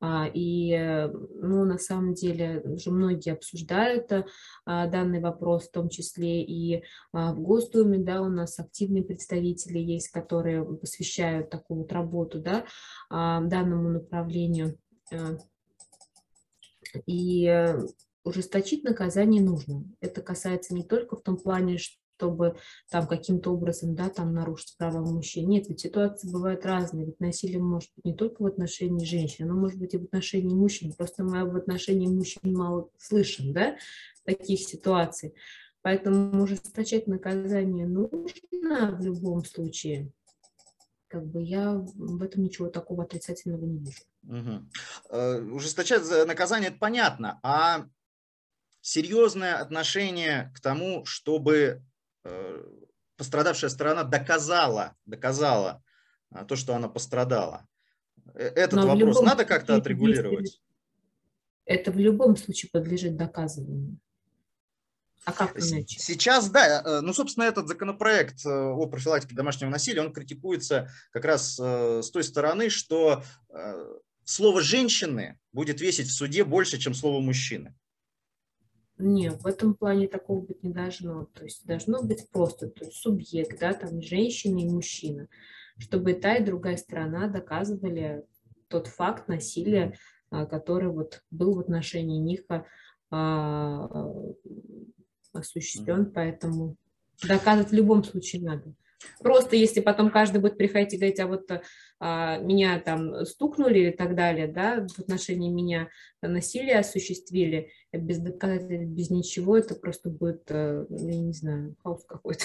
S4: ну, на самом деле, уже многие обсуждают данный вопрос, в том числе и в Госдуме, да, у нас активные представители есть, которые посвящают такую вот работу, да, данному направлению. И ужесточить наказание нужно. Это касается не только в том плане, чтобы там каким-то образом, да, там нарушить права мужчин. Нет, ведь ситуации бывают разные. Ведь насилие может быть не только в отношении женщин, оно может быть и в отношении мужчин. Просто мы в отношении мужчин мало слышим, да, таких ситуаций. Поэтому ужесточать наказание нужно в любом случае. Как бы я в этом ничего такого отрицательного не вижу.
S3: Ужесточать наказание – это понятно, а серьезное отношение к тому, чтобы пострадавшая сторона доказала то, что она пострадала. Этот вопрос надо как-то отрегулировать?
S4: Это в любом случае подлежит доказыванию. А как иначе?
S3: Сейчас, да, ну, собственно, этот законопроект о профилактике домашнего насилия, он критикуется как раз с той стороны, что слово «женщины» будет весить в суде больше, чем слово «мужчины».
S4: Нет, в этом плане такого быть не должно. То есть должно быть просто субъект, да, там женщина и мужчина, чтобы и та, и другая сторона доказывали тот факт насилия, который вот был в отношении них осуществлен, поэтому доказывать в любом случае надо. Просто если потом каждый будет приходить и говорить, а вот меня там стукнули и так далее, да, в отношении меня насилие осуществили, без доказательств, без ничего, это просто будет, я не знаю, хаос какой-то.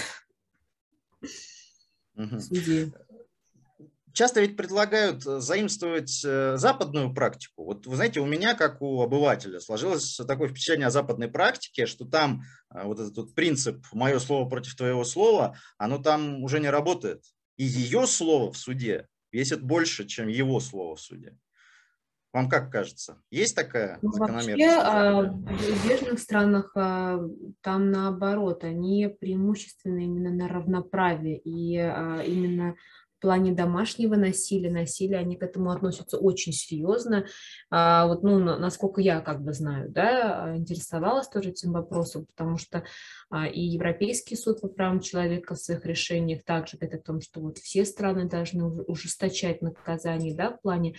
S3: Часто ведь предлагают заимствовать западную практику. Вот вы знаете, у меня, как у обывателя, сложилось такое впечатление о западной практике, что там вот этот вот принцип «мое слово против твоего слова», оно там уже не работает. И ее слово в суде весит больше, чем его слово в суде. Вам как кажется? Есть такая закономерность?
S4: Вообще, в зарубежных странах там наоборот, они преимущественно именно на равноправие, и именно в плане домашнего насилия, они к этому относятся очень серьезно. Вот, ну, насколько я как бы знаю, да, интересовалась тоже этим вопросом, потому что и Европейский суд по правам человека в своих решениях также говорит о том, что вот все страны должны ужесточать наказание, да, в плане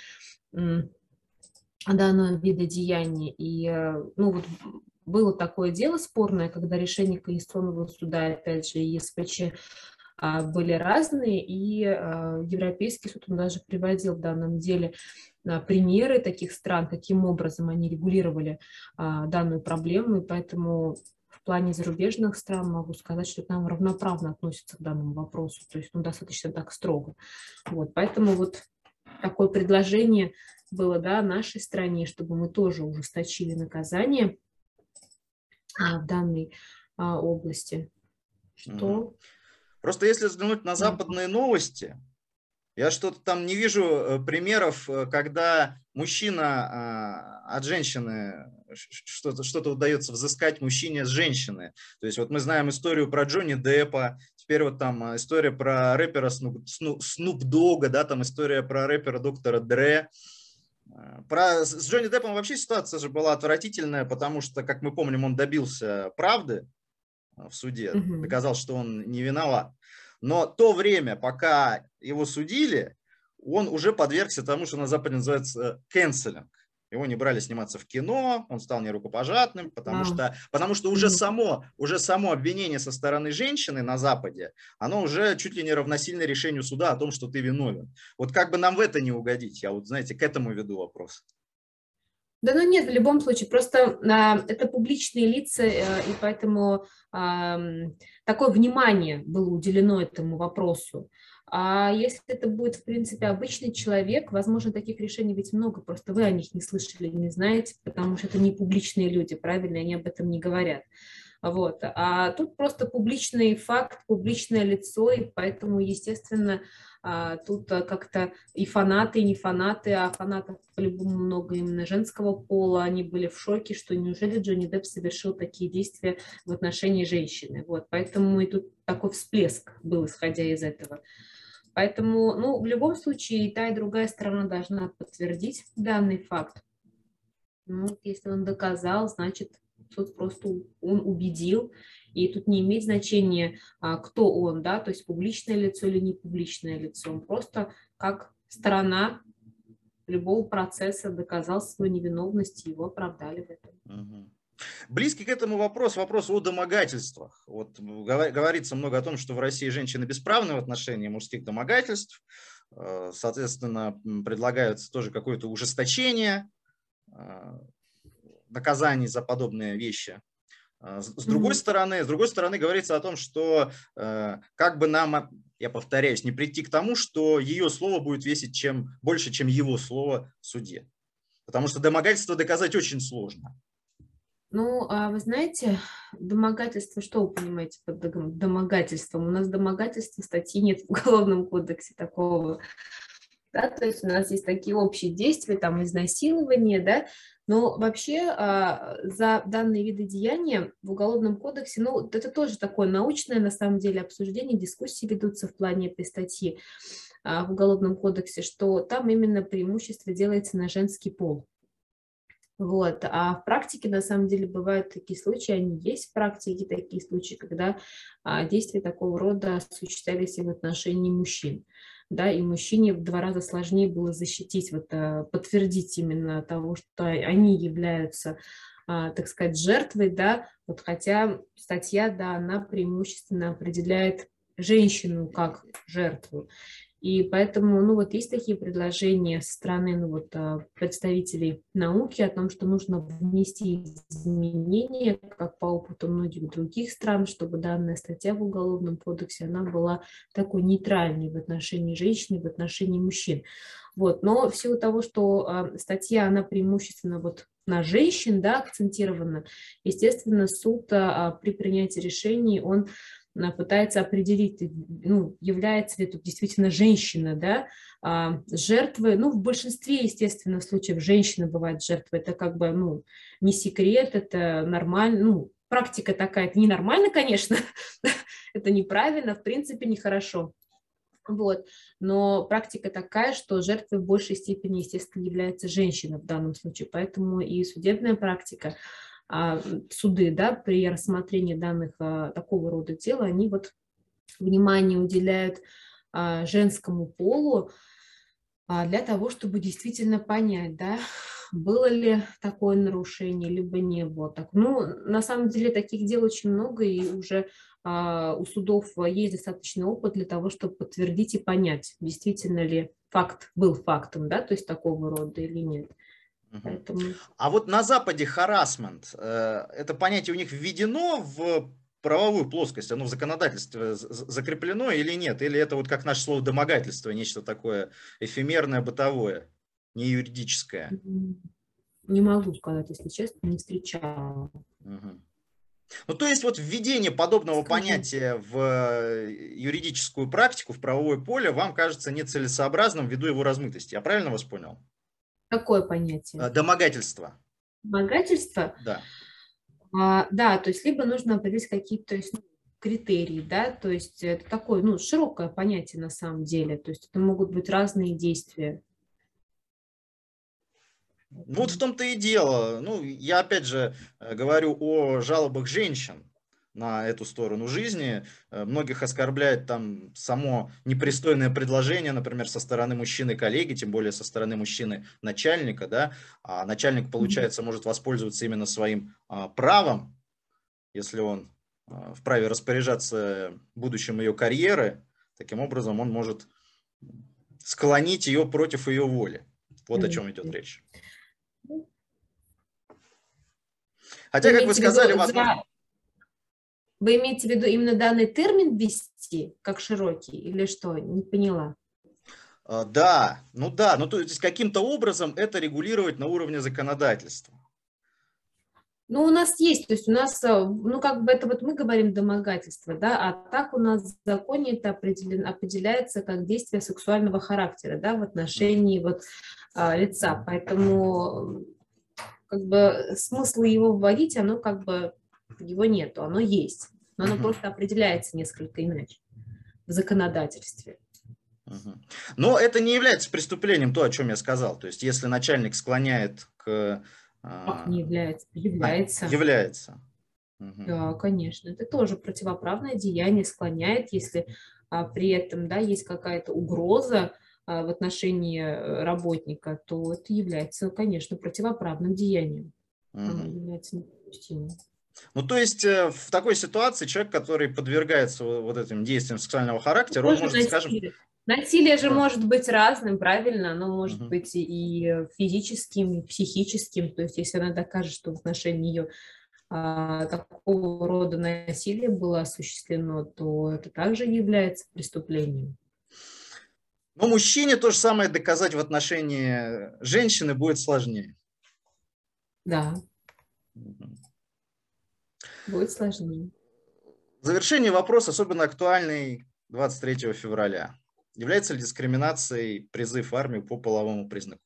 S4: данного вида деяния. И, ну, вот было такое дело спорное, когда решения Конституционного суда, опять же, и ЕСПЧ были разные, и Европейский суд, он даже приводил в данном деле примеры таких стран, каким образом они регулировали данную проблему, и поэтому в плане зарубежных стран могу сказать, что к нам равноправно относятся к данному вопросу, то есть, ну, достаточно так строго. Вот, поэтому вот такое предложение было, да, нашей стране, чтобы мы тоже ужесточили наказание в данной области. Что...
S3: Просто если взглянуть на западные новости, я что-то там не вижу примеров, когда мужчина от женщины что-то удается взыскать мужчине с женщины. То есть вот мы знаем историю про Джонни Деппа, теперь вот там история про рэпера Снуп Догга, да, там история про рэпера доктора Дре. С Джонни Деппом вообще ситуация же была отвратительная, потому что, как мы помним, он добился правды в суде, доказал, что он не виноват. Но то время, пока его судили, он уже подвергся тому, что на Западе называется canceling. Его не брали сниматься в кино, он стал нерукопожатным, потому что уже само обвинение со стороны женщины на Западе, оно уже чуть ли не равносильно решению суда о том, что ты виновен. Вот как бы нам в это не угодить? Я вот, знаете, к этому веду вопрос.
S4: Да, ну нет, в любом случае, просто это публичные лица, и поэтому такое внимание было уделено этому вопросу. А если это будет, в принципе, обычный человек, возможно, таких решений ведь много, просто вы о них не слышали, не знаете, потому что это не публичные люди, правильно, они об этом не говорят. Вот. А тут просто публичный факт, публичное лицо, и поэтому, естественно, тут как-то и фанаты, и не фанаты, а фанатов по-любому много именно женского пола, они были в шоке, что неужели Джонни Депп совершил такие действия в отношении женщины. Вот. Поэтому и тут такой всплеск был, исходя из этого. Поэтому, ну, в любом случае, и та, и другая сторона должна подтвердить данный факт. Ну, если он доказал, значит, суд просто он убедил, и тут не имеет значения, кто он, да, то есть публичное лицо или не публичное лицо. Он просто как сторона любого процесса доказал свою невиновность, и его оправдали в этом.
S3: Мгм. Близкий к этому вопрос о домогательствах. Вот говорится много о том, что в России женщины бесправны в отношении мужских домогательств. Соответственно, предлагается тоже какое-то ужесточение наказаний за подобные вещи. С другой стороны, говорится о том, что как бы нам, я повторяюсь, не прийти к тому, что ее слово будет весить больше, чем его слово в суде. Потому что домогательство доказать очень сложно.
S4: Ну, а вы знаете, домогательство, что вы понимаете под домогательством? У нас домогательства статьи нет в Уголовном кодексе такого. Да, то есть у нас есть такие общие действия, там изнасилование, да, но вообще за данные виды деяния в Уголовном кодексе, ну, это тоже такое научное, на самом деле, обсуждение, дискуссии ведутся в плане этой статьи в Уголовном кодексе, что там именно преимущество делается на женский пол. Вот. А в практике, на самом деле, бывают такие случаи, они есть в практике, такие случаи, когда действия такого рода осуществлялись и в отношении мужчин. Да, и мужчине в 2 раза сложнее было защитить, вот, подтвердить именно того, что они являются, так сказать, жертвой, да, вот, хотя статья, да, она преимущественно определяет женщину как жертву. И поэтому, ну, вот есть такие предложения со стороны, ну, вот, представителей науки о том, что нужно внести изменения, как по опыту многих других стран, чтобы данная статья в Уголовном кодексе, она была такой нейтральной в отношении женщин, в отношении мужчин. Вот. Но в силу того, что статья, она преимущественно вот на женщин, да, акцентирована, естественно, суд при принятии решений, он пытается определить, ну, является ли тут действительно женщина, да, жертвой. Ну, в большинстве, естественно, случаев женщина бывает жертвой. Это как бы, ну, не секрет, это нормально. Ну, практика такая, это ненормально, конечно, это неправильно, в принципе, нехорошо. Вот. Но практика такая, что жертвой в большей степени, естественно, является женщина в данном случае. Поэтому и судебная практика, суды, да, при рассмотрении данных такого рода дел, они вот внимание уделяют женскому полу для того, чтобы действительно понять, да, было ли такое нарушение, либо не было. Так, ну, на самом деле таких дел очень много, и уже у судов есть достаточный опыт для того, чтобы подтвердить и понять, действительно ли факт был фактом, да, то есть такого рода или нет. Поэтому...
S3: А вот на Западе харассмент, это понятие у них введено в правовую плоскость, оно в законодательстве закреплено или нет? Или это вот как наше слово домогательство, нечто такое эфемерное, бытовое, не юридическое?
S4: Не могу сказать, если честно, не встречала.
S3: Ну, то есть вот введение подобного понятия в юридическую практику, в правовое поле вам кажется нецелесообразным ввиду его размытости. Я правильно вас понял?
S4: Какое понятие?
S3: Домогательство.
S4: Домогательство?
S3: Да.
S4: Да, то есть либо нужно определить какие-то, то есть, критерии, да, то есть это такое, ну, широкое понятие на самом деле, то есть это могут быть разные действия.
S3: Вот в том-то и дело. Ну, я опять же говорю о жалобах женщин на эту сторону жизни. Многих оскорбляет там само непристойное предложение, например, со стороны мужчины-коллеги, тем более со стороны мужчины-начальника, да, а начальник, получается, может воспользоваться именно своим правом, если он вправе распоряжаться будущим ее карьеры, таким образом он может склонить ее против ее воли. Вот о чем идет речь. Хотя, как вы сказали, возможно...
S4: Вы имеете в виду именно данный термин ввести, как широкий, или что? Не поняла.
S3: Да, ну то есть каким-то образом это регулировать на уровне законодательства.
S4: Ну, у нас есть, то есть у нас, ну, как бы это вот мы говорим домогательство, да, а так у нас в законе это определяется как действие сексуального характера, да, в
S3: Мгм.
S4: отношении вот лица, поэтому как бы смысла его вводить, оно как бы, его нету, оно есть, но оно
S3: Мгм.
S4: просто определяется несколько иначе в законодательстве.
S3: Мгм. Но это не является преступлением, то, о чем я сказал. То есть, если начальник склоняет к...
S4: Как
S3: а,
S4: не является? Является.
S3: является. Мгм.
S4: Да, конечно, это тоже противоправное деяние, склоняет, если при этом, да, есть какая-то угроза в отношении работника, то это является, конечно, противоправным деянием. Оно
S3: Мгм.
S4: является недопустимым.
S3: Ну, то есть, в такой ситуации человек, который подвергается вот этим действиям сексуального характера, он
S4: Тоже
S3: может, скажем...
S4: насилие. Насилие же
S3: Да.
S4: может быть разным, правильно? Оно может
S3: Мгм.
S4: быть и физическим, и психическим. То есть, если она докажет, что в отношении ее такого рода насилие было осуществлено, то это также является преступлением.
S3: Но мужчине то же самое доказать в отношении женщины будет сложнее.
S4: Да,
S3: Мгм.
S4: будет сложнее.
S3: В завершение вопрос, особенно актуальный 23 февраля. Является ли дискриминацией призыв в армию по половому признаку?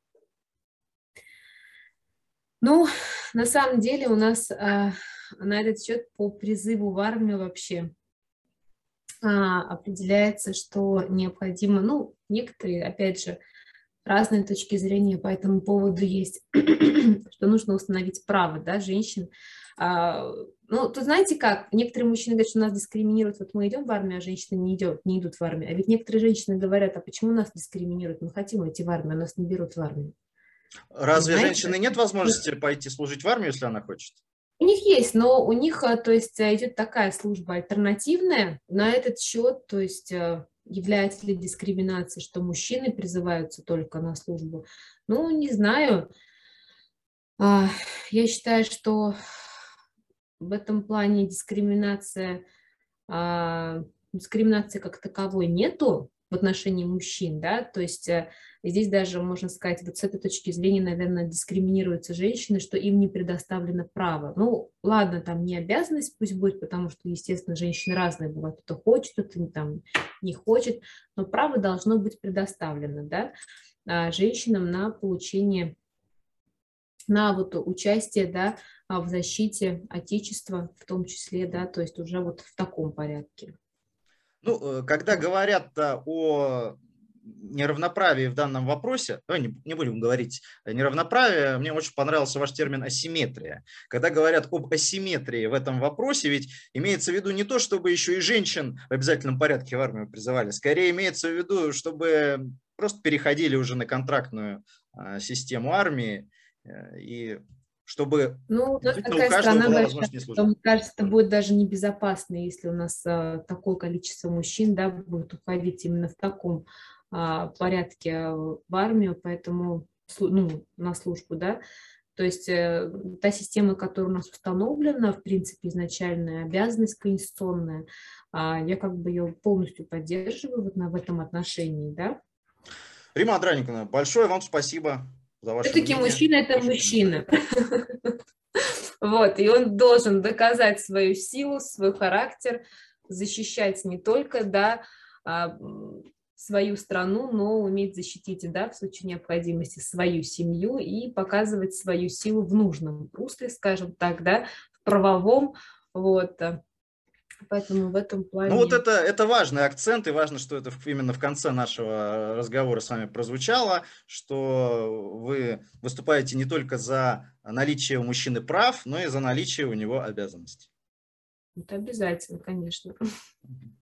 S4: Ну, на самом деле у нас на этот счет по призыву в армию вообще определяется, что необходимо, ну, некоторые, опять же, разные точки зрения по этому поводу есть, что нужно установить право, да, женщин. Ну, то знаете как, некоторые мужчины говорят, что нас дискриминируют, вот мы идем в армию, а женщины не идут в армию. А ведь некоторые женщины говорят, а почему нас дискриминируют? Мы хотим идти в армию, а нас не берут в армию.
S3: Разве
S4: Понимаете?
S3: женщины нет возможности пойти служить в армию, если она хочет?
S4: У них есть, но у них, то есть, идет такая служба альтернативная на этот счет, то есть, является ли дискриминацией, что мужчины призываются только на службу. Ну, не знаю. А, Я считаю, что в этом плане дискриминации как таковой нету в отношении мужчин, да, то есть здесь даже можно сказать, вот с этой точки зрения, наверное, дискриминируются женщины, что им не предоставлено право. Ну, ладно, там не обязанность пусть будет, потому что, естественно, женщины разные бывают, кто хочет, кто-то там не хочет, но право должно быть предоставлено, да, женщинам на получение, на вот участие, да, в защите Отечества в том числе, да, то есть уже вот в таком порядке.
S3: Ну, когда говорят о неравноправии в данном вопросе, давай не будем говорить неравноправие, мне очень понравился ваш термин асимметрия. Когда говорят об асимметрии в этом вопросе, ведь имеется в виду не то, чтобы еще и женщин в обязательном порядке в армию призывали, скорее имеется в виду, чтобы просто переходили уже на контрактную систему армии, и чтобы
S4: Ну, у нас
S3: действительно у
S4: такая
S3: каждого
S4: страна
S3: была
S4: большая,
S3: возможность не
S4: что,
S3: служить.
S4: мне кажется, это будет даже небезопасно, если у нас такое количество мужчин, да, будет уходить именно в таком порядке в армию, поэтому, ну, на службу, да. То есть та система, которая у нас установлена, в принципе, изначальная обязанность конституционная, я как бы ее полностью поддерживаю вот в этом отношении, да.
S3: Римма Андраниковна, большое вам спасибо за ваше
S4: Все-таки
S3: мнение,
S4: мужчина– это
S3: ваши комментарии.
S4: мужчина. Вот, и он должен доказать свою силу, свой характер, защищать не только, да, свою страну, но уметь защитить, да, в случае необходимости свою семью и показывать свою силу в нужном русле, скажем так, да, в правовом, вот. Поэтому в этом
S3: Ну вот
S4: плане.
S3: это важный акцент, и важно, что это именно в конце нашего разговора с вами прозвучало, что вы выступаете не только за наличие у мужчины прав, но и за наличие у него обязанностей.
S4: Это обязательно, конечно.